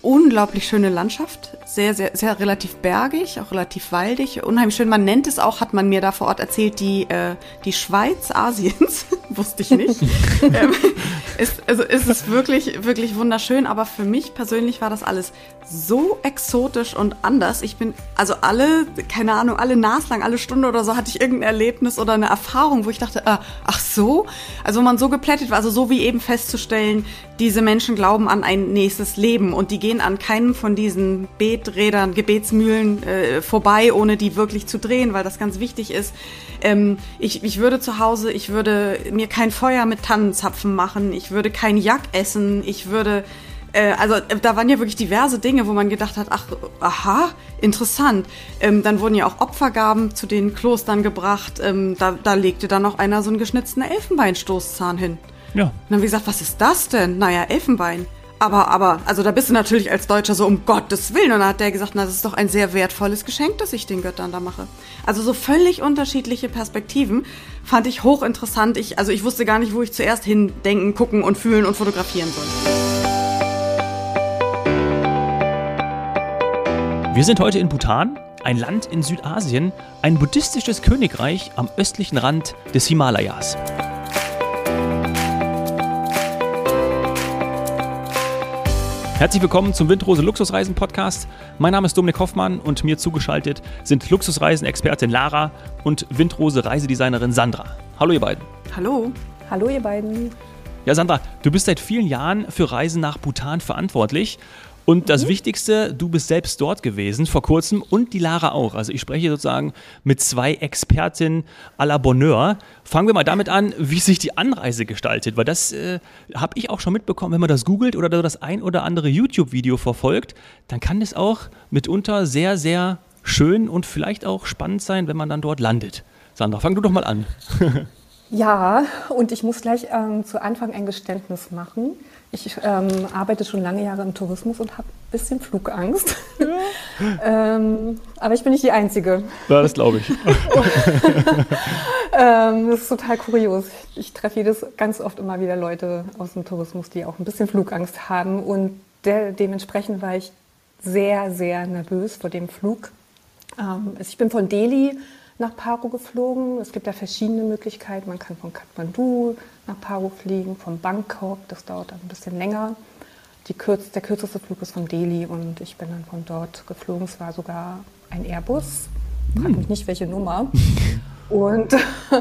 unglaublich schöne Landschaft, sehr, sehr, sehr relativ bergig, auch relativ waldig, unheimlich schön. Man nennt es auch, hat man mir da vor Ort erzählt, die Schweiz Asiens, wusste ich nicht. Ist es wirklich, wirklich wunderschön, aber für mich persönlich war das alles so exotisch und anders. Ich bin, also alle naslang, alle Stunde oder so hatte ich irgendein Erlebnis oder eine Erfahrung, wo ich dachte, ach so, also wo man so geplättet war, also so wie eben festzustellen, diese Menschen glauben an ein nächstes Leben und die gehen an keinem von diesen Beträdern, Gebetsmühlen vorbei, ohne die wirklich zu drehen, weil das ganz wichtig ist. Ich würde zu Hause, ich würde mir kein Feuer mit Tannenzapfen machen, ich würde kein Jack essen, ich würde, also da waren ja wirklich diverse Dinge, wo man gedacht hat, ach, aha, interessant. Dann wurden ja auch Opfergaben zu den Klostern gebracht, da legte dann noch einer so einen geschnitzten Elfenbeinstoßzahn hin. Ja. Und dann habe ich gesagt, was ist das denn? Naja, Elfenbein. Aber, also da bist du natürlich als Deutscher so, um Gottes Willen. Und dann hat der gesagt, na, das ist doch ein sehr wertvolles Geschenk, das ich den Göttern da mache. Also so völlig unterschiedliche Perspektiven fand ich hochinteressant. Ich wusste gar nicht, wo ich zuerst hindenken, gucken und fühlen und fotografieren soll. Wir sind heute in Bhutan, ein Land in Südasien, ein buddhistisches Königreich am östlichen Rand des Himalayas. Herzlich willkommen zum Windrose Luxusreisen Podcast. Mein Name ist Dominik Hoffmann und mir zugeschaltet sind Luxusreisen-Expertin Lara und Windrose Reisedesignerin Sandra. Hallo ihr beiden. Hallo. Hallo ihr beiden. Ja Sandra, du bist seit vielen Jahren für Reisen nach Bhutan verantwortlich. Und das Wichtigste, du bist selbst dort gewesen, vor kurzem, und die Lara auch. Also ich spreche sozusagen mit zwei Expertinnen à la Bonheur. Fangen wir mal damit an, wie sich die Anreise gestaltet, weil das habe ich auch schon mitbekommen, wenn man das googelt oder das ein oder andere YouTube-Video verfolgt, dann kann es auch mitunter sehr, sehr schön und vielleicht auch spannend sein, wenn man dann dort landet. Sandra, fang du doch mal an. Ja, und ich muss gleich zu Anfang ein Geständnis machen. Ich arbeite schon lange Jahre im Tourismus und habe ein bisschen Flugangst. Ja. Aber ich bin nicht die Einzige. Ja, das glaube ich. Das ist total kurios. Ich treffe ganz oft immer wieder Leute aus dem Tourismus, die auch ein bisschen Flugangst haben. Und dementsprechend war ich sehr, sehr nervös vor dem Flug. Ich bin von Delhi nach Paro geflogen. Es gibt da verschiedene Möglichkeiten. Man kann von Kathmandu nach Paro fliegen, von Bangkok, das dauert dann ein bisschen länger. Der kürzeste Flug ist von Delhi und ich bin dann von dort geflogen. Es war sogar ein Airbus, frag mich nicht, welche Nummer. Und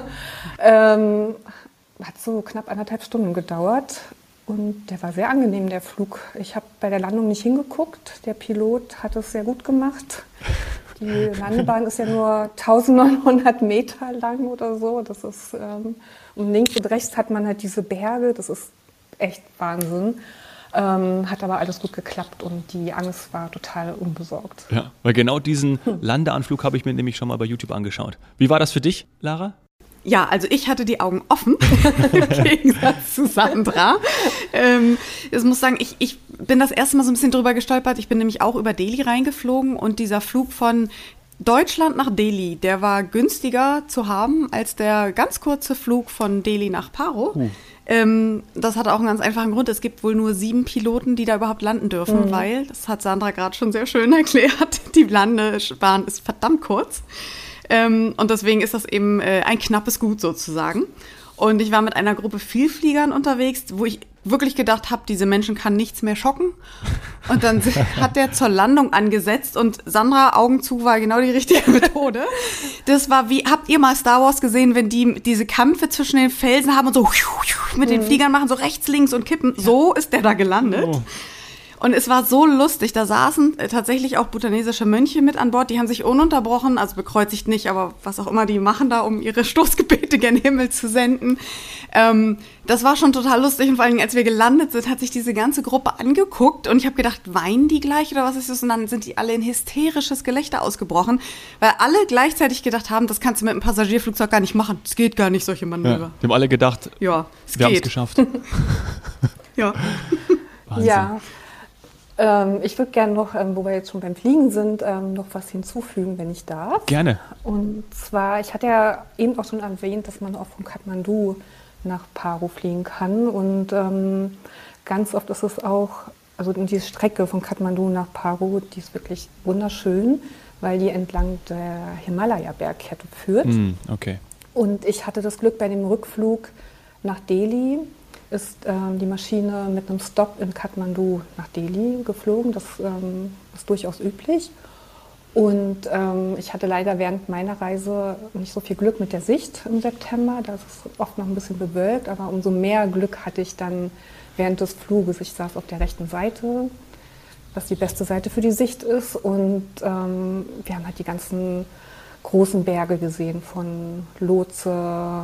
hat so knapp 1,5 Stunden gedauert und der war sehr angenehm, der Flug. Ich habe bei der Landung nicht hingeguckt, der Pilot hat es sehr gut gemacht. Die Landebahn ist ja nur 1900 Meter lang oder so. Das ist, und links und rechts hat man halt diese Berge. Das ist echt Wahnsinn. Hat aber alles gut geklappt und die Angst war total unbesorgt. Ja, weil genau diesen Landeanflug habe ich mir nämlich schon mal bei YouTube angeschaut. Wie war das für dich, Lara? Ja, also ich hatte die Augen offen, im Gegensatz zu Sandra. Ich muss sagen, ich bin das erste Mal so ein bisschen drüber gestolpert. Ich bin nämlich auch über Delhi reingeflogen und dieser Flug von Deutschland nach Delhi, der war günstiger zu haben als der ganz kurze Flug von Delhi nach Paro. Das hat auch einen ganz einfachen Grund. Es gibt wohl nur 7 Piloten, die da überhaupt landen dürfen, weil, das hat Sandra gerade schon sehr schön erklärt, die Landebahn ist verdammt kurz. Und deswegen ist das eben ein knappes Gut sozusagen. Und ich war mit einer Gruppe Vielfliegern unterwegs, wo ich wirklich gedacht habe, diese Menschen kann nichts mehr schocken. Und dann hat der zur Landung angesetzt und Sandra, Augen zu, war genau die richtige Methode. Das war wie, habt ihr mal Star Wars gesehen, wenn die diese Kämpfe zwischen den Felsen haben und so mit den Fliegern machen, so rechts, links und kippen? So ist der da gelandet. Oh. Und es war so lustig, da saßen tatsächlich auch bhutanesische Mönche mit an Bord, die haben sich ununterbrochen, also bekreuzigt nicht, aber was auch immer die machen da, um ihre Stoßgebete gen Himmel zu senden. Das war schon total lustig und vor allem, als wir gelandet sind, hat sich diese ganze Gruppe angeguckt und ich habe gedacht, weinen die gleich oder was ist das? Und dann sind die alle in hysterisches Gelächter ausgebrochen, weil alle gleichzeitig gedacht haben, das kannst du mit einem Passagierflugzeug gar nicht machen, es geht gar nicht, solche Manöver. Ja, die haben alle gedacht, ja, wir haben es geschafft. Ja. Wahnsinn. Ja. Ich würde gerne noch, wo wir jetzt schon beim Fliegen sind, noch was hinzufügen, wenn ich darf. Gerne. Und zwar, ich hatte ja eben auch schon erwähnt, dass man auch von Kathmandu nach Paro fliegen kann. Und ganz oft ist es auch also die Strecke von Kathmandu nach Paro, die ist wirklich wunderschön, weil die entlang der Himalaya-Bergkette führt. Okay. Und ich hatte das Glück, bei dem Rückflug nach Delhi ist die Maschine mit einem Stopp in Kathmandu nach Delhi geflogen. Das ist durchaus üblich. Und ich hatte leider während meiner Reise nicht so viel Glück mit der Sicht im September. Da ist es oft noch ein bisschen bewölkt, aber umso mehr Glück hatte ich dann während des Fluges. Ich saß auf der rechten Seite, was die beste Seite für die Sicht ist. Und wir haben halt die ganzen großen Berge gesehen, von Lhotse,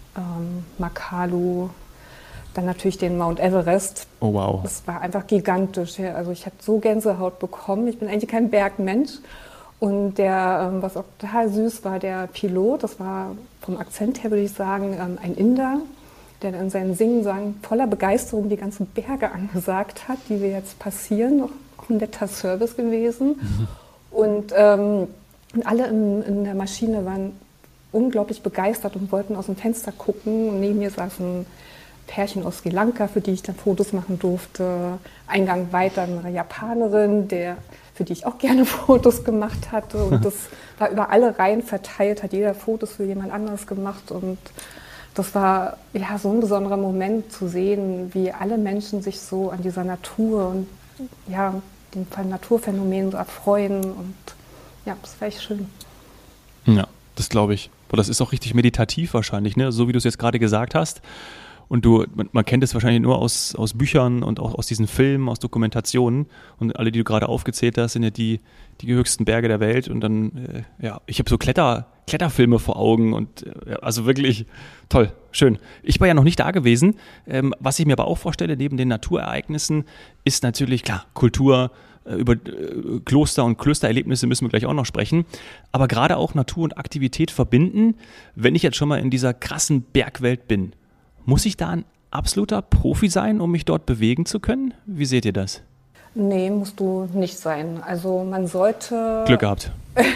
Makalu, dann natürlich den Mount Everest. Oh wow. Das war einfach gigantisch. Also ich hatte so Gänsehaut bekommen. Ich bin eigentlich kein Bergmensch. Und was auch total süß war, der Pilot, das war vom Akzent her, würde ich sagen, ein Inder, der in seinem Singen voller Begeisterung die ganzen Berge angesagt hat, die wir jetzt passieren. Auch ein netter Service gewesen. Und alle in der Maschine waren unglaublich begeistert und wollten aus dem Fenster gucken. Und neben mir saß ein Pärchen aus Sri Lanka, für die ich dann Fotos machen durfte. Eingang weiter eine Japanerin, für die ich auch gerne Fotos gemacht hatte. Und das war über alle Reihen verteilt, hat jeder Fotos für jemand anderes gemacht. Und das war ja so ein besonderer Moment zu sehen, wie alle Menschen sich so an dieser Natur und ja, den Naturphänomenen so erfreuen. Und ja, das war echt schön. Ja, das glaube ich. Aber das ist auch richtig meditativ wahrscheinlich, ne? So wie du es jetzt gerade gesagt hast. Und man kennt es wahrscheinlich nur aus Büchern und auch aus diesen Filmen, aus Dokumentationen. Und alle, die du gerade aufgezählt hast, sind ja die höchsten Berge der Welt. Und dann, ich habe so Kletterfilme vor Augen und also wirklich toll, schön. Ich war ja noch nicht da gewesen. Was ich mir aber auch vorstelle, neben den Naturereignissen, ist natürlich, klar, Kultur. Über Kloster und Klöstererlebnisse müssen wir gleich auch noch sprechen. Aber gerade auch Natur und Aktivität verbinden, wenn ich jetzt schon mal in dieser krassen Bergwelt bin. Muss ich da ein absoluter Profi sein, um mich dort bewegen zu können? Wie seht ihr das? Nee, musst du nicht sein. Also man sollte... Glück gehabt.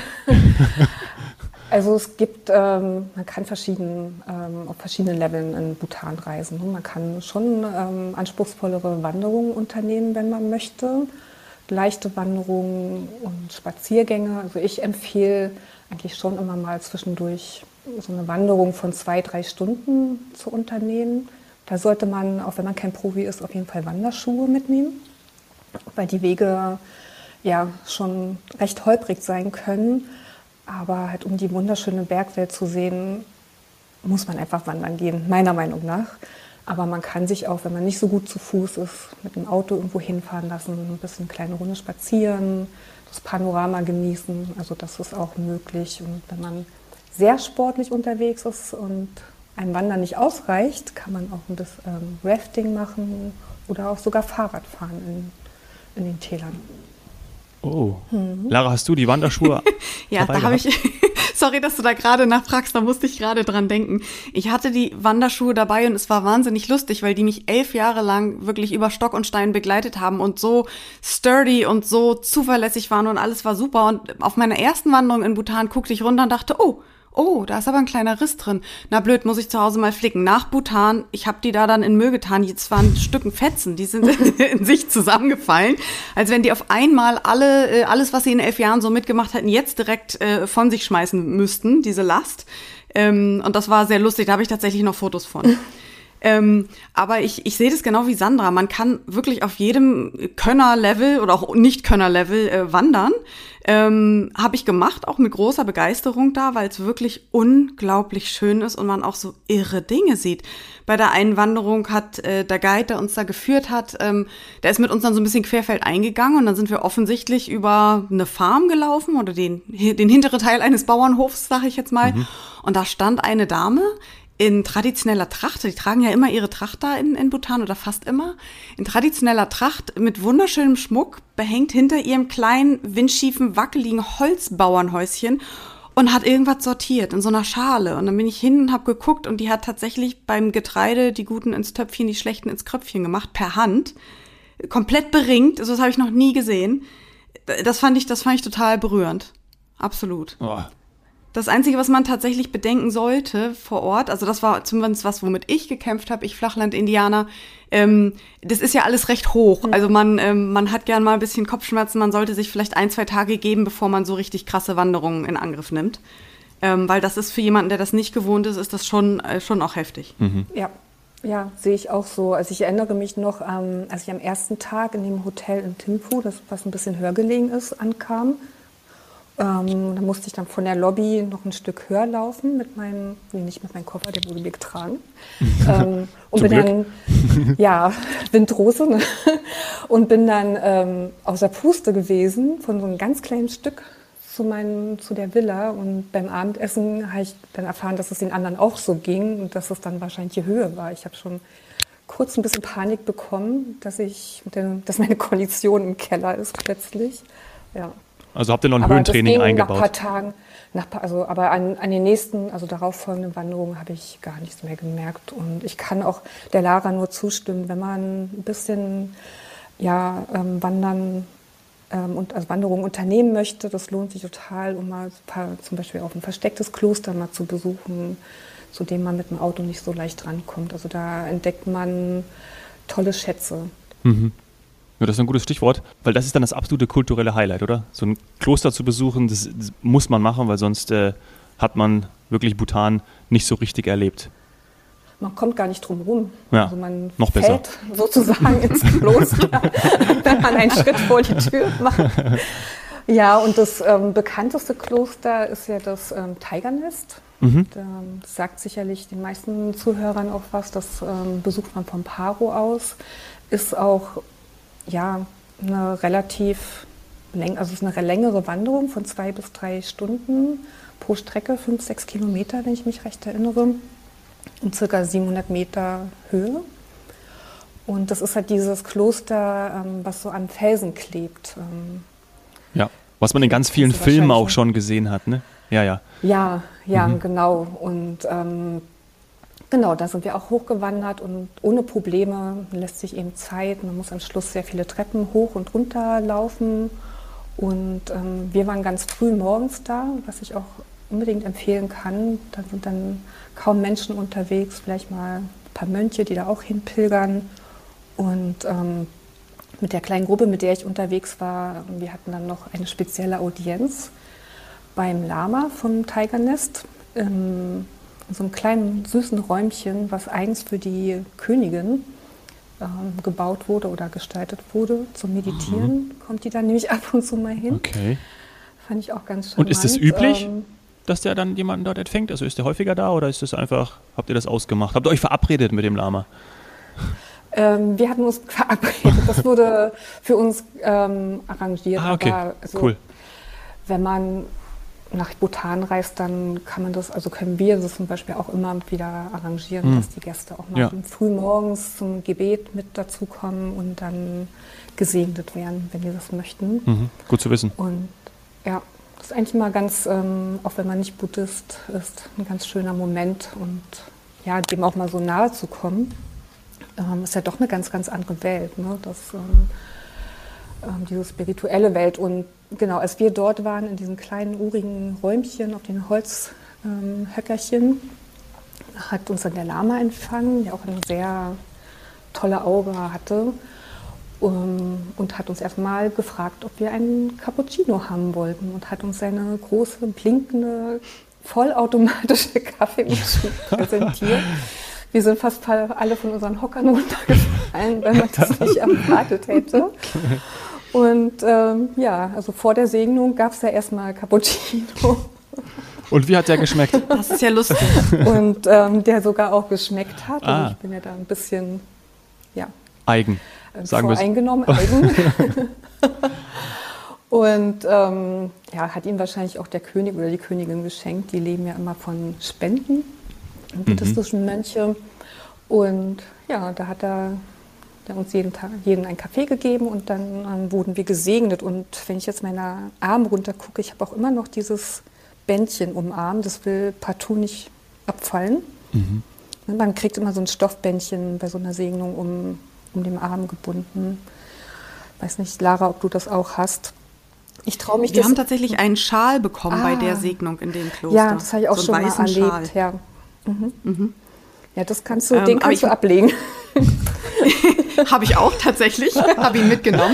Also es gibt, man kann auf verschiedenen Leveln in Bhutan reisen. Man kann schon anspruchsvollere Wanderungen unternehmen, wenn man möchte. Leichte Wanderungen und Spaziergänge. Also ich empfehle eigentlich schon immer mal zwischendurch so eine Wanderung von 2-3 Stunden zu unternehmen. Da sollte man, auch wenn man kein Profi ist, auf jeden Fall Wanderschuhe mitnehmen, weil die Wege ja schon recht holprig sein können. Aber halt um die wunderschöne Bergwelt zu sehen, muss man einfach wandern gehen, meiner Meinung nach. Aber man kann sich auch, wenn man nicht so gut zu Fuß ist, mit dem Auto irgendwo hinfahren lassen, ein bisschen eine kleine Runde spazieren, das Panorama genießen. Also das ist auch möglich. Und wenn man sehr sportlich unterwegs ist und ein Wandern nicht ausreicht, kann man auch ein bisschen Rafting machen oder auch sogar Fahrrad fahren in den Tälern. Oh, Lara, hast du die Wanderschuhe ja, da habe ich, sorry, dass du da gerade nachfragst, da musste ich gerade dran denken. Ich hatte die Wanderschuhe dabei und es war wahnsinnig lustig, weil die mich 11 Jahre lang wirklich über Stock und Stein begleitet haben und so sturdy und so zuverlässig waren und alles war super. Und auf meiner ersten Wanderung in Bhutan guckte ich runter und dachte, oh, da ist aber ein kleiner Riss drin. Na blöd, muss ich zu Hause mal flicken. Nach Bhutan, ich habe die da dann in Müll getan. Jetzt waren Stücken Fetzen, die sind in sich zusammengefallen. Als wenn die auf einmal alles, was sie in 11 Jahren so mitgemacht hatten, jetzt direkt von sich schmeißen müssten, diese Last. Und das war sehr lustig, da habe ich tatsächlich noch Fotos von. Aber ich sehe das genau wie Sandra. Man kann wirklich auf jedem Könner-Level oder auch Nicht-Könner-Level wandern. Habe ich gemacht, auch mit großer Begeisterung da, weil es wirklich unglaublich schön ist und man auch so irre Dinge sieht. Bei der einen Wanderung hat der Guide, der uns da geführt hat, der ist mit uns dann so ein bisschen querfeld eingegangen und dann sind wir offensichtlich über eine Farm gelaufen oder den hinteren Teil eines Bauernhofs, sage ich jetzt mal. Und da stand eine Dame in traditioneller Tracht, die tragen ja immer ihre Tracht da in Bhutan oder fast immer, in traditioneller Tracht mit wunderschönem Schmuck, behängt hinter ihrem kleinen, windschiefen, wackeligen Holzbauernhäuschen und hat irgendwas sortiert in so einer Schale. Und dann bin ich hin und habe geguckt und die hat tatsächlich beim Getreide die Guten ins Töpfchen, die Schlechten ins Kröpfchen gemacht, per Hand. Komplett beringt, also das habe ich noch nie gesehen. Das fand ich total berührend. Absolut. Oh. Das Einzige, was man tatsächlich bedenken sollte vor Ort, also das war zumindest was, womit ich gekämpft habe, ich Flachland-Indianer, das ist ja alles recht hoch. Also man hat gern mal ein bisschen Kopfschmerzen, man sollte sich vielleicht 1-2 Tage geben, bevor man so richtig krasse Wanderungen in Angriff nimmt. Weil das ist für jemanden, der das nicht gewohnt ist das schon auch heftig. Ja, sehe ich auch so. Also ich erinnere mich noch, als ich am ersten Tag in dem Hotel in Thimphu, das was ein bisschen höher gelegen ist, ankam. Da musste ich dann von der Lobby noch ein Stück höher laufen nicht mit meinem Koffer, der wurde mir getragen. Und bin dann, Windrose, ne? Und bin dann außer Puste gewesen von so einem ganz kleinen Stück zu der Villa. Und beim Abendessen habe ich dann erfahren, dass es den anderen auch so ging und dass es dann wahrscheinlich die Höhe war. Ich habe schon kurz ein bisschen Panik bekommen, dass meine Kondition im Keller ist plötzlich. Ja. Also habt ihr noch ein Höhentraining eingebaut? Nach ein paar Tagen, aber an den nächsten, also darauf folgenden Wanderungen habe ich gar nichts mehr gemerkt. Und ich kann auch der Lara nur zustimmen, wenn man ein bisschen Wanderungen unternehmen möchte, das lohnt sich total, um mal zum Beispiel auch ein verstecktes Kloster mal zu besuchen, zu dem man mit dem Auto nicht so leicht rankommt. Also da entdeckt man tolle Schätze. Mhm. Ja, das ist ein gutes Stichwort, weil das ist dann das absolute kulturelle Highlight, oder? So ein Kloster zu besuchen, das muss man machen, weil sonst hat man wirklich Bhutan nicht so richtig erlebt. Man kommt gar nicht drum rum. Ja, also man noch fällt besser. Sozusagen ins Kloster, wenn man einen Schritt vor die Tür macht. Ja, und das bekannteste Kloster ist ja das Tigernest. Das sagt sicherlich den meisten Zuhörern auch was. Das besucht man vom Paro aus. Ist auch eine relativ es ist eine längere Wanderung von 2 bis 3 Stunden pro Strecke, 5-6 Kilometer, wenn ich mich recht erinnere, in ca. 700 Meter Höhe. Und das ist halt dieses Kloster, was so am Felsen klebt. Was man in ganz vielen Filmen auch schon gesehen hat, ne? Ja, genau. Und genau, da sind wir auch hochgewandert und ohne Probleme, lässt sich eben Zeit. Man muss am Schluss sehr viele Treppen hoch und runter laufen. Und wir waren ganz früh morgens da, was ich auch unbedingt empfehlen kann. Da sind dann kaum Menschen unterwegs, vielleicht mal ein paar Mönche, die da auch hinpilgern. Und mit der kleinen Gruppe, mit der ich unterwegs war, wir hatten dann noch eine spezielle Audienz beim Lama vom Tigernest. In so einem kleinen, süßen Räumchen, was eigens für die Königin gebaut wurde oder gestaltet wurde zum Meditieren. Kommt die dann nämlich ab und zu mal hin. Okay. Fand ich auch ganz charmant. Und ist es üblich, dass der dann jemanden dort empfängt? Also ist der häufiger da oder ist das einfach, habt ihr das ausgemacht? Habt ihr euch verabredet mit dem Lama? Wir hatten uns verabredet. Das wurde für uns arrangiert. Okay, aber cool. Wenn man nach Bhutan reist, dann können wir das zum Beispiel auch immer wieder arrangieren, dass die Gäste auch mal früh morgens zum Gebet mit dazukommen und dann gesegnet werden, wenn die das möchten. Gut zu wissen. Und ja, das ist eigentlich mal ganz, auch wenn man nicht Buddhist ist, ein ganz schöner Moment und dem auch mal so nahe zu kommen. Ist ja doch eine ganz, ganz andere Welt, ne? Diese spirituelle Welt. Und genau, als wir dort waren, in diesen kleinen, urigen Räumchen auf den Holzhöckerchen, hat uns dann der Lama empfangen, der auch eine sehr tolle Aura hatte und hat uns erstmal gefragt, ob wir einen Cappuccino haben wollten und hat uns seine große, blinkende, vollautomatische Kaffeemaschine präsentiert. Wir sind fast alle von unseren Hockern runtergefallen, weil man das nicht erwartet hätte. Und also vor der Segnung gab es ja erstmal Cappuccino. Und wie hat der geschmeckt? Das ist ja lustig. Und der sogar auch geschmeckt hat. Und ich bin ja da ein bisschen eigen, sagen wir es. Voreingenommen, eigen. Und hat ihm wahrscheinlich auch der König oder die Königin geschenkt. Die leben ja immer von Spenden, buddhistischen Mönche. Und da hat er uns jeden einen Kaffee gegeben und dann wurden wir gesegnet. Und wenn ich jetzt meine Arme runter gucke, ich habe auch immer noch dieses Bändchen um den Arm, das will partout nicht abfallen. Man kriegt immer so ein Stoffbändchen bei so einer Segnung um den Arm gebunden. Weiß nicht, Lara, ob du das auch hast. Ich traue mich Wir haben tatsächlich einen Schal bekommen bei der Segnung in dem Kloster. Ja, das habe ich auch schon mal erlebt. Ja. Ja, den kannst du ablegen. Habe ich auch tatsächlich, habe ihn mitgenommen.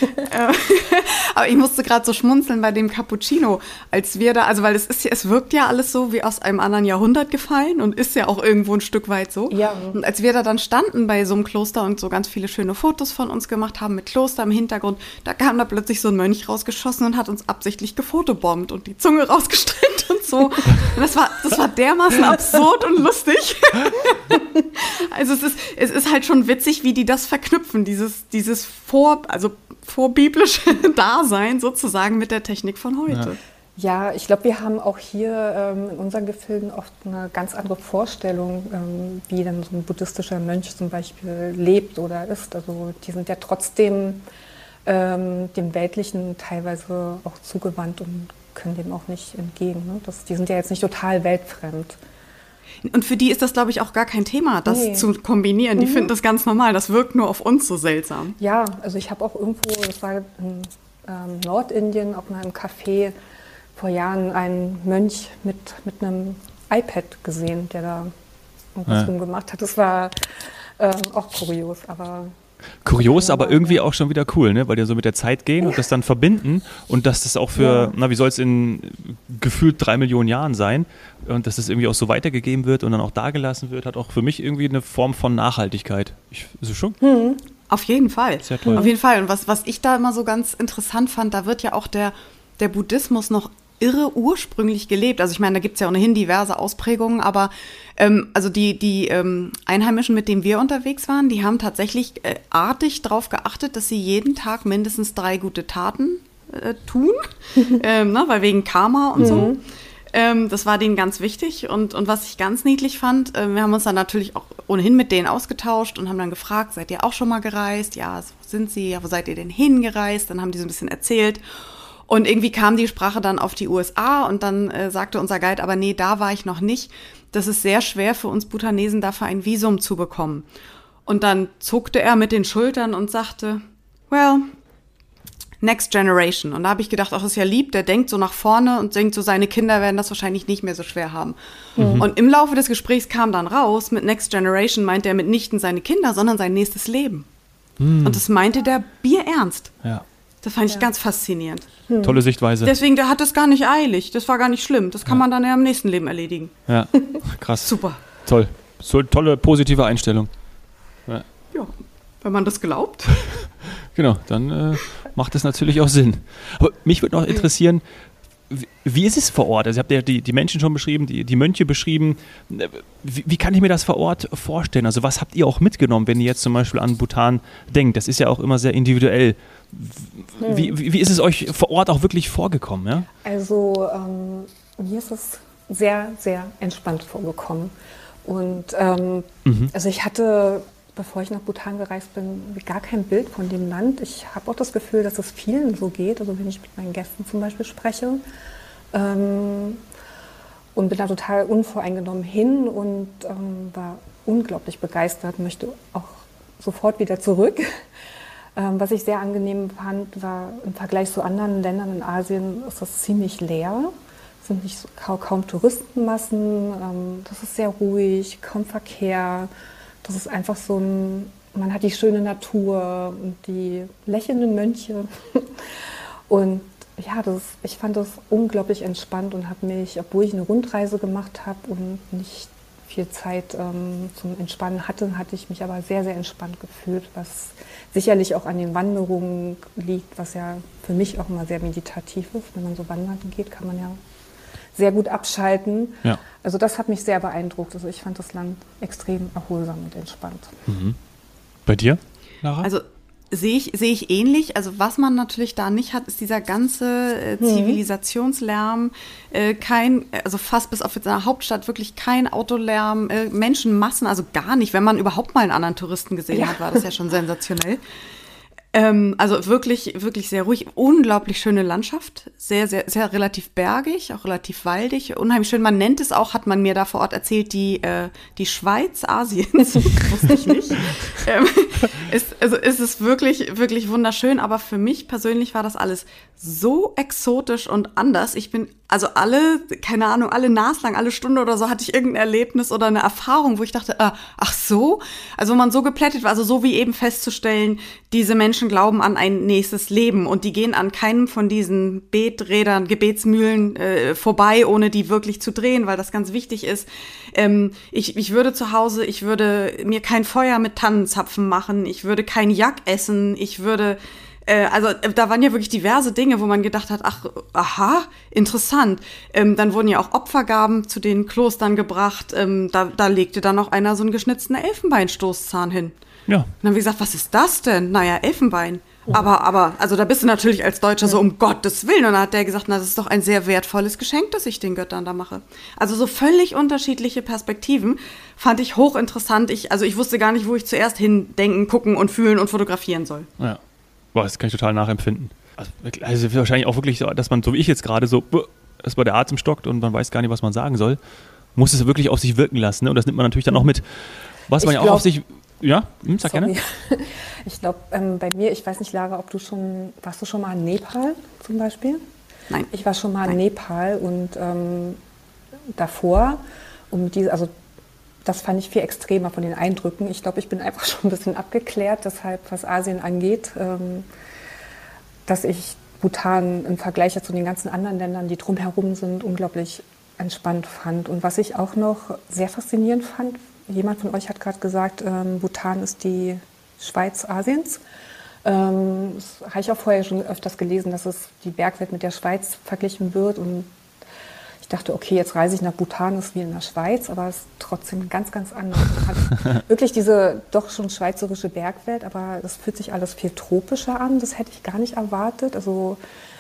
Aber ich musste gerade so schmunzeln bei dem Cappuccino, als wir da, also weil es wirkt ja alles so wie aus einem anderen Jahrhundert gefallen und ist ja auch irgendwo ein Stück weit so. Ja. Und als wir da dann standen bei so einem Kloster und so ganz viele schöne Fotos von uns gemacht haben mit Kloster im Hintergrund, da kam da plötzlich so ein Mönch rausgeschossen und hat uns absichtlich gefotobombt und die Zunge rausgestreckt und so. Und das war dermaßen absurd und lustig. Also es ist halt schon witzig, wie die das verknüpfen, dieses vorbiblische Dasein sozusagen mit der Technik von heute. Ja, ich glaube, wir haben auch hier in unseren Gefilden oft eine ganz andere Vorstellung, wie dann so ein buddhistischer Mönch zum Beispiel lebt oder ist. Also die sind ja trotzdem dem Weltlichen teilweise auch zugewandt und können dem auch nicht entgehen. Ne? Die sind ja jetzt nicht total weltfremd. Und für die ist das, glaube ich, auch gar kein Thema, das zu kombinieren. Die finden das ganz normal. Das wirkt nur auf uns so seltsam. Ja, also ich habe auch irgendwo, das war in Nordindien, auch mal im Café vor Jahren einen Mönch mit einem iPad gesehen, der da irgendwas rumgemacht hat. Das war auch kurios, aber... Kurios, aber irgendwie auch schon wieder cool, ne? Weil die so mit der Zeit gehen und das dann verbinden und dass das auch für, wie soll es in gefühlt 3 Millionen Jahren sein und dass das irgendwie auch so weitergegeben wird und dann auch dagelassen wird, hat auch für mich irgendwie eine Form von Nachhaltigkeit. Ist es schon? Auf jeden Fall. Sehr toll. Auf jeden Fall. Und was ich da immer so ganz interessant fand, da wird ja auch der Buddhismus noch irre ursprünglich gelebt. Also ich meine, da gibt es ja ohnehin diverse Ausprägungen, aber also die Einheimischen, mit denen wir unterwegs waren, die haben tatsächlich artig darauf geachtet, dass sie jeden Tag mindestens 3 gute Taten tun, weil wegen Karma und so. Das war denen ganz wichtig und was ich ganz niedlich fand, wir haben uns dann natürlich auch ohnehin mit denen ausgetauscht und haben dann gefragt, seid ihr auch schon mal gereist? Ja, wo sind sie? Ja, wo seid ihr denn hingereist? Dann haben die so ein bisschen erzählt. Und irgendwie kam die Sprache dann auf die USA und dann sagte unser Guide, aber nee, da war ich noch nicht. Das ist sehr schwer für uns Bhutanesen, dafür ein Visum zu bekommen. Und dann zuckte er mit den Schultern und sagte, well, next generation. Und da habe ich gedacht, ach, das ist ja lieb, der denkt so nach vorne und denkt so, seine Kinder werden das wahrscheinlich nicht mehr so schwer haben. Und im Laufe des Gesprächs kam dann raus, mit next generation meint er mitnichten seine Kinder, sondern sein nächstes Leben. Und das meinte der bierernst. Ja. Das fand ich ganz faszinierend. Tolle Sichtweise. Deswegen, der hat es gar nicht eilig. Das war gar nicht schlimm. Das kann man dann ja im nächsten Leben erledigen. Ja, krass. Super. Toll. So tolle, positive Einstellung. Ja, wenn man das glaubt. Genau, dann macht das natürlich auch Sinn. Aber mich würde noch interessieren, wie ist es vor Ort? Also ihr habt ja die Menschen schon beschrieben, die Mönche beschrieben. Wie kann ich mir das vor Ort vorstellen? Also was habt ihr auch mitgenommen, wenn ihr jetzt zum Beispiel an Bhutan denkt? Das ist ja auch immer sehr individuell. Wie ist es euch vor Ort auch wirklich vorgekommen? Ja? Also mir ist es sehr, sehr entspannt vorgekommen. Und also ich hatte, bevor ich nach Bhutan gereist bin, gar kein Bild von dem Land. Ich habe auch das Gefühl, dass es vielen so geht, also wenn ich mit meinen Gästen zum Beispiel spreche. Und bin da total unvoreingenommen hin und war unglaublich begeistert, möchte auch sofort wieder zurück. Was ich sehr angenehm fand, war im Vergleich zu anderen Ländern in Asien ist das ziemlich leer. Es sind nicht so, kaum Touristenmassen, das ist sehr ruhig, kaum Verkehr. Das ist einfach so man hat die schöne Natur und die lächelnden Mönche. Und ja, ich fand das unglaublich entspannt und habe mich, obwohl ich eine Rundreise gemacht habe und nicht viel Zeit zum Entspannen hatte ich mich aber sehr, sehr entspannt gefühlt, was sicherlich auch an den Wanderungen liegt, was ja für mich auch immer sehr meditativ ist. Wenn man so wandern geht, kann man ja sehr gut abschalten. Ja. Also das hat mich sehr beeindruckt. Also ich fand das Land extrem erholsam und entspannt. Bei dir, Lara? Also sehe ich ähnlich. Also was man natürlich da nicht hat, ist dieser ganze Zivilisationslärm, also fast bis auf jetzt in der Hauptstadt wirklich kein Autolärm, Menschenmassen, also gar nicht. Wenn man überhaupt mal einen anderen Touristen gesehen hat, war das ja schon sensationell. Also wirklich, wirklich sehr ruhig, unglaublich schöne Landschaft, sehr, sehr, sehr relativ bergig, auch relativ waldig, unheimlich schön. Man nennt es auch, hat man mir da vor Ort erzählt, die Schweiz Asiens, wusste ich nicht. Es ist wirklich, wirklich wunderschön, aber für mich persönlich war das alles so exotisch und anders. Ich bin, also keine Ahnung, alle naslang, alle Stunde oder so hatte ich irgendein Erlebnis oder eine Erfahrung, wo ich dachte, ach so? Also wo man so geplättet war, also so wie eben festzustellen, diese Menschen glauben an ein nächstes Leben und die gehen an keinem von diesen Beträdern, Gebetsmühlen vorbei, ohne die wirklich zu drehen, weil das ganz wichtig ist. Ich würde zu Hause, ich würde mir kein Feuer mit Tannenzapfen machen, ich würde kein Jack essen, ich würde, also da waren ja wirklich diverse Dinge, wo man gedacht hat, ach, aha, interessant. Dann wurden ja auch Opfergaben zu den Klostern gebracht, da legte dann noch einer so einen geschnitzten Elfenbeinstoßzahn hin. Ja. Und dann habe ich gesagt, was ist das denn? Naja, Elfenbein. Aber, also da bist du natürlich als Deutscher so, um Gottes Willen. Und dann hat der gesagt, na, das ist doch ein sehr wertvolles Geschenk, das ich den Göttern da mache. Also so völlig unterschiedliche Perspektiven fand ich hochinteressant. Ich wusste gar nicht, wo ich zuerst hindenken, gucken und fühlen und fotografieren soll. Ja. Boah, das kann ich total nachempfinden. Also wahrscheinlich auch wirklich so, dass man, so wie ich jetzt gerade, so, dass der Atem stockt und man weiß gar nicht, was man sagen soll. Muss es wirklich auf sich wirken lassen. Ne? Und das nimmt man natürlich dann auch mit, was man ja auch auf sich... Ja, sag gerne. Ich glaube, bei mir, ich weiß nicht, Lara, warst du schon mal in Nepal zum Beispiel? Nein. Ich war schon mal in Nepal und davor, also das fand ich viel extremer von den Eindrücken. Ich glaube, ich bin einfach schon ein bisschen abgeklärt, deshalb, was Asien angeht, dass ich Bhutan im Vergleich zu den ganzen anderen Ländern, die drumherum sind, unglaublich entspannt fand. Und was ich auch noch sehr faszinierend fand, jemand von euch hat gerade gesagt, Bhutan ist die Schweiz Asiens. Das habe ich auch vorher schon öfters gelesen, dass es die Bergwelt mit der Schweiz verglichen wird. Und ich dachte, okay, jetzt reise ich nach Bhutan, ist wie in der Schweiz, aber es ist trotzdem ganz, ganz anders. Man hat wirklich diese doch schon schweizerische Bergwelt, aber es fühlt sich alles viel tropischer an. Das hätte ich gar nicht erwartet. Also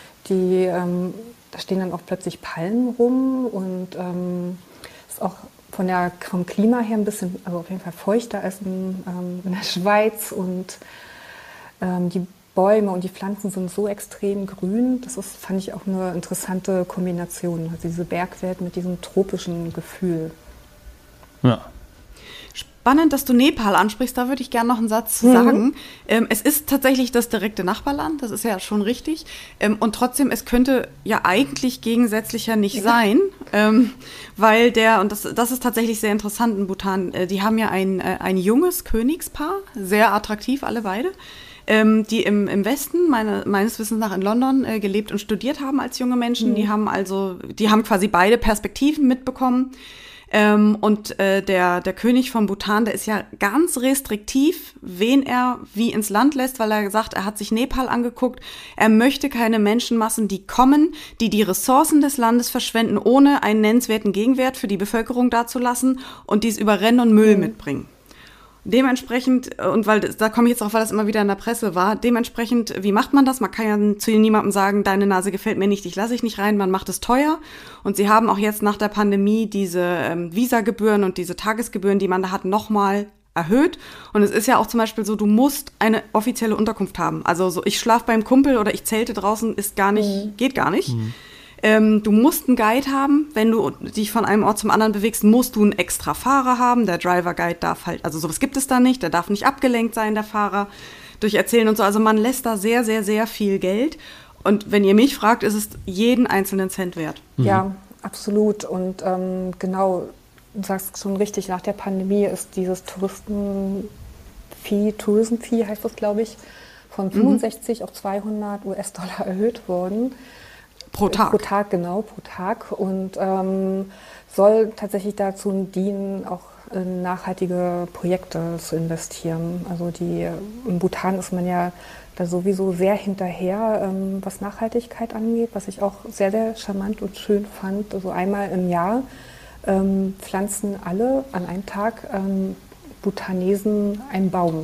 da stehen dann auch plötzlich Palmen rum und ist auch vom Klima her ein bisschen, also auf jeden Fall feuchter als in der Schweiz und die Bäume und die Pflanzen sind so extrem grün. Fand ich auch eine interessante Kombination, also diese Bergwelt mit diesem tropischen Gefühl. Ja. Spannend, dass du Nepal ansprichst, da würde ich gerne noch einen Satz zu sagen. Es ist tatsächlich das direkte Nachbarland, das ist ja schon richtig. Und trotzdem, es könnte ja eigentlich gegensätzlicher nicht sein, weil und das ist tatsächlich sehr interessant in Bhutan, die haben ja ein junges Königspaar, sehr attraktiv alle beide, die im Westen, meines Wissens nach in London, gelebt und studiert haben als junge Menschen. Die haben quasi beide Perspektiven mitbekommen. Und der König von Bhutan, der ist ja ganz restriktiv, wen er wie ins Land lässt, weil er sagt, er hat sich Nepal angeguckt. Er möchte keine Menschenmassen, die kommen, die Ressourcen des Landes verschwenden, ohne einen nennenswerten Gegenwert für die Bevölkerung dazulassen und dies überrennen und Müll mitbringen. Dementsprechend, und da komme ich jetzt drauf, weil das immer wieder in der Presse war, dementsprechend, wie macht man das? Man kann ja zu niemandem sagen, deine Nase gefällt mir nicht, dich lasse ich nicht rein, man macht es teuer. Und sie haben auch jetzt nach der Pandemie diese Visagebühren und diese Tagesgebühren, die man da hat, nochmal erhöht. Und es ist ja auch zum Beispiel so, du musst eine offizielle Unterkunft haben. Also so, ich schlafe beim Kumpel oder ich zelte draußen, geht gar nicht. Du musst einen Guide haben, wenn du dich von einem Ort zum anderen bewegst, musst du einen extra Fahrer haben. Der Driver-Guide darf also sowas gibt es da nicht, der darf nicht abgelenkt sein, der Fahrer, durch Erzählen und so. Also man lässt da sehr, sehr, sehr viel Geld. Und wenn ihr mich fragt, ist es jeden einzelnen Cent wert. Ja, absolut. Und genau, du sagst schon richtig, nach der Pandemie ist dieses Tourism Fee heißt das, glaube ich, von 65 auf 200 US-Dollar erhöht worden. Pro Tag. Pro Tag, genau, pro Tag. Und soll tatsächlich dazu dienen, auch in nachhaltige Projekte zu investieren. Also in Bhutan ist man ja da sowieso sehr hinterher, was Nachhaltigkeit angeht, was ich auch sehr, sehr charmant und schön fand. Also einmal im Jahr pflanzen alle an einem Tag Bhutanesen einen Baum.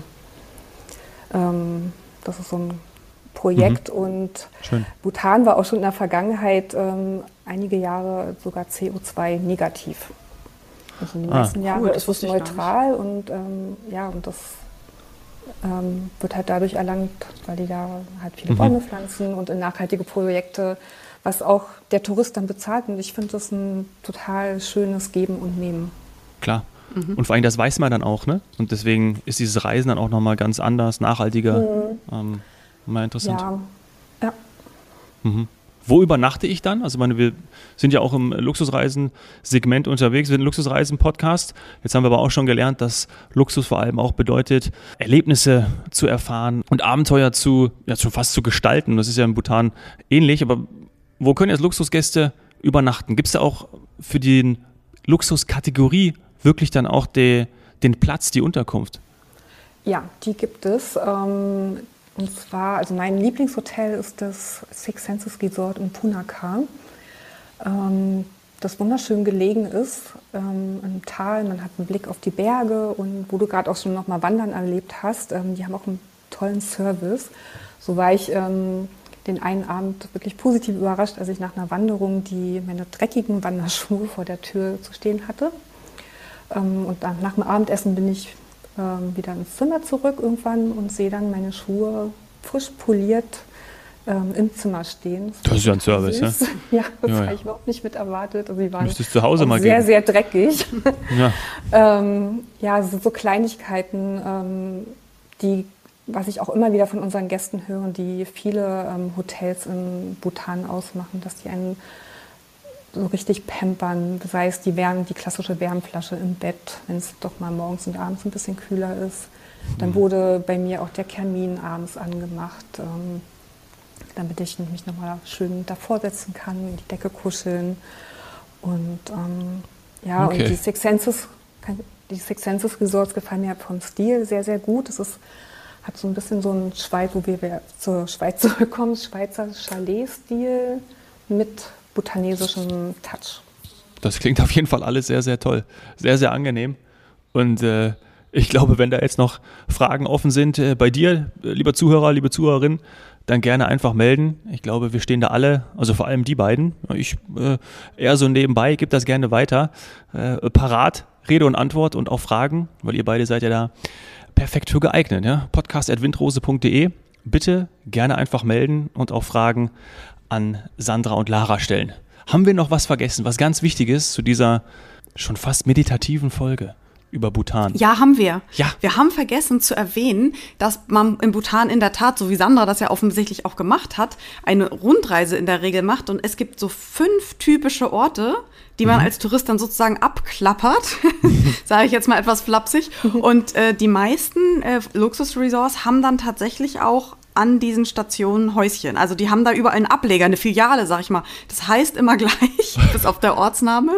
Das ist so ein Projekt und schön. Bhutan war auch schon in der Vergangenheit einige Jahre sogar CO2-negativ. Also in den meisten Jahren ist es neutral und und das wird halt dadurch erlangt, weil die da halt viele Bäume pflanzen und in nachhaltige Projekte, was auch der Tourist dann bezahlt. Und ich finde das ein total schönes Geben und Nehmen. Klar. Und vor allem, das weiß man dann auch, ne? Und deswegen ist dieses Reisen dann auch nochmal ganz anders, nachhaltiger. Mal interessant. Ja. Wo übernachte ich dann? Also wir sind ja auch im Luxusreisen-Segment unterwegs, wir sind ein Luxusreisen-Podcast. Jetzt haben wir aber auch schon gelernt, dass Luxus vor allem auch bedeutet, Erlebnisse zu erfahren und Abenteuer schon fast zu gestalten. Das ist ja in Bhutan ähnlich, aber wo können jetzt Luxusgäste übernachten? Gibt es da auch für die Luxuskategorie wirklich dann auch den Platz, die Unterkunft? Ja, die gibt es. Und zwar, also mein Lieblingshotel ist das Six Senses Resort in Punakha, das wunderschön gelegen ist im Tal. Man hat einen Blick auf die Berge und wo du gerade auch schon noch mal Wandern erlebt hast, die haben auch einen tollen Service. So war ich den einen Abend wirklich positiv überrascht, als ich nach einer Wanderung meine dreckigen Wanderschuhe vor der Tür zu stehen hatte. Und dann nach dem Abendessen bin ich wieder ins Zimmer zurück irgendwann und sehe dann meine Schuhe frisch poliert im Zimmer stehen. Das ist ja ein Service, ja? Ja, das habe ich überhaupt nicht mit erwartet. Also die waren müsstest zu Hause mal sehr, gehen. sehr dreckig. Ja, So Kleinigkeiten, was ich auch immer wieder von unseren Gästen höre, die viele Hotels in Bhutan ausmachen, dass die einen so richtig pampern, sei es die klassische Wärmflasche im Bett, wenn es doch mal morgens und abends ein bisschen kühler ist. Dann wurde bei mir auch der Kamin abends angemacht, damit ich mich nochmal schön davor setzen kann, in die Decke kuscheln. Und und die Six Senses Resorts gefallen mir vom Stil sehr, sehr gut. Hat so ein bisschen so einen Schweiz, wo wir zur Schweiz zurückkommen, Schweizer Chalet-Stil mit bhutanesischem Touch. Das klingt auf jeden Fall alles sehr, sehr toll. Sehr, sehr angenehm. Und ich glaube, wenn da jetzt noch Fragen offen sind bei dir, lieber Zuhörer, liebe Zuhörerin, dann gerne einfach melden. Ich glaube, wir stehen da alle, also vor allem die beiden, ich eher so nebenbei, gebe das gerne weiter, parat, Rede und Antwort und auch Fragen, weil ihr beide seid ja da perfekt für geeignet. Ja? podcast@windrose.de. Bitte gerne einfach melden und auch Fragen an Sandra und Lara stellen. Haben wir noch was vergessen, was ganz wichtig ist zu dieser schon fast meditativen Folge über Bhutan? Ja, haben wir. Ja. Wir haben vergessen zu erwähnen, dass man in Bhutan in der Tat, so wie Sandra das ja offensichtlich auch gemacht hat, eine Rundreise in der Regel macht. Und es gibt so 5 typische Orte, die man als Tourist dann sozusagen abklappert, sage ich jetzt mal etwas flapsig. Und die meisten Luxusresorts haben dann tatsächlich auch an diesen Stationen Häuschen. Also die haben da überall einen Ableger, eine Filiale, sag ich mal. Das heißt immer gleich, bis auf der Ortsname.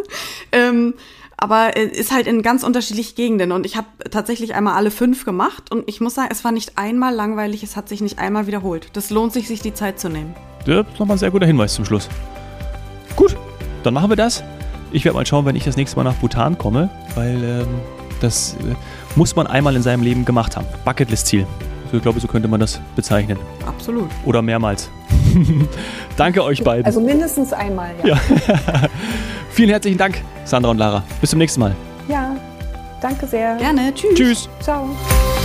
Aber ist halt in ganz unterschiedlichen Gegenden. Und ich habe tatsächlich einmal alle 5 gemacht. Und ich muss sagen, es war nicht einmal langweilig, es hat sich nicht einmal wiederholt. Das lohnt sich die Zeit zu nehmen. Ja, das ist nochmal ein sehr guter Hinweis zum Schluss. Gut, dann machen wir das. Ich werde mal schauen, wenn ich das nächste Mal nach Bhutan komme, weil das muss man einmal in seinem Leben gemacht haben. Bucketlist-Ziel. Ich glaube, so könnte man das bezeichnen. Absolut. Oder mehrmals. Danke euch beiden. Also mindestens einmal, ja. Vielen herzlichen Dank, Sandra und Lara. Bis zum nächsten Mal. Ja, danke sehr. Gerne. Tschüss. Tschüss. Ciao.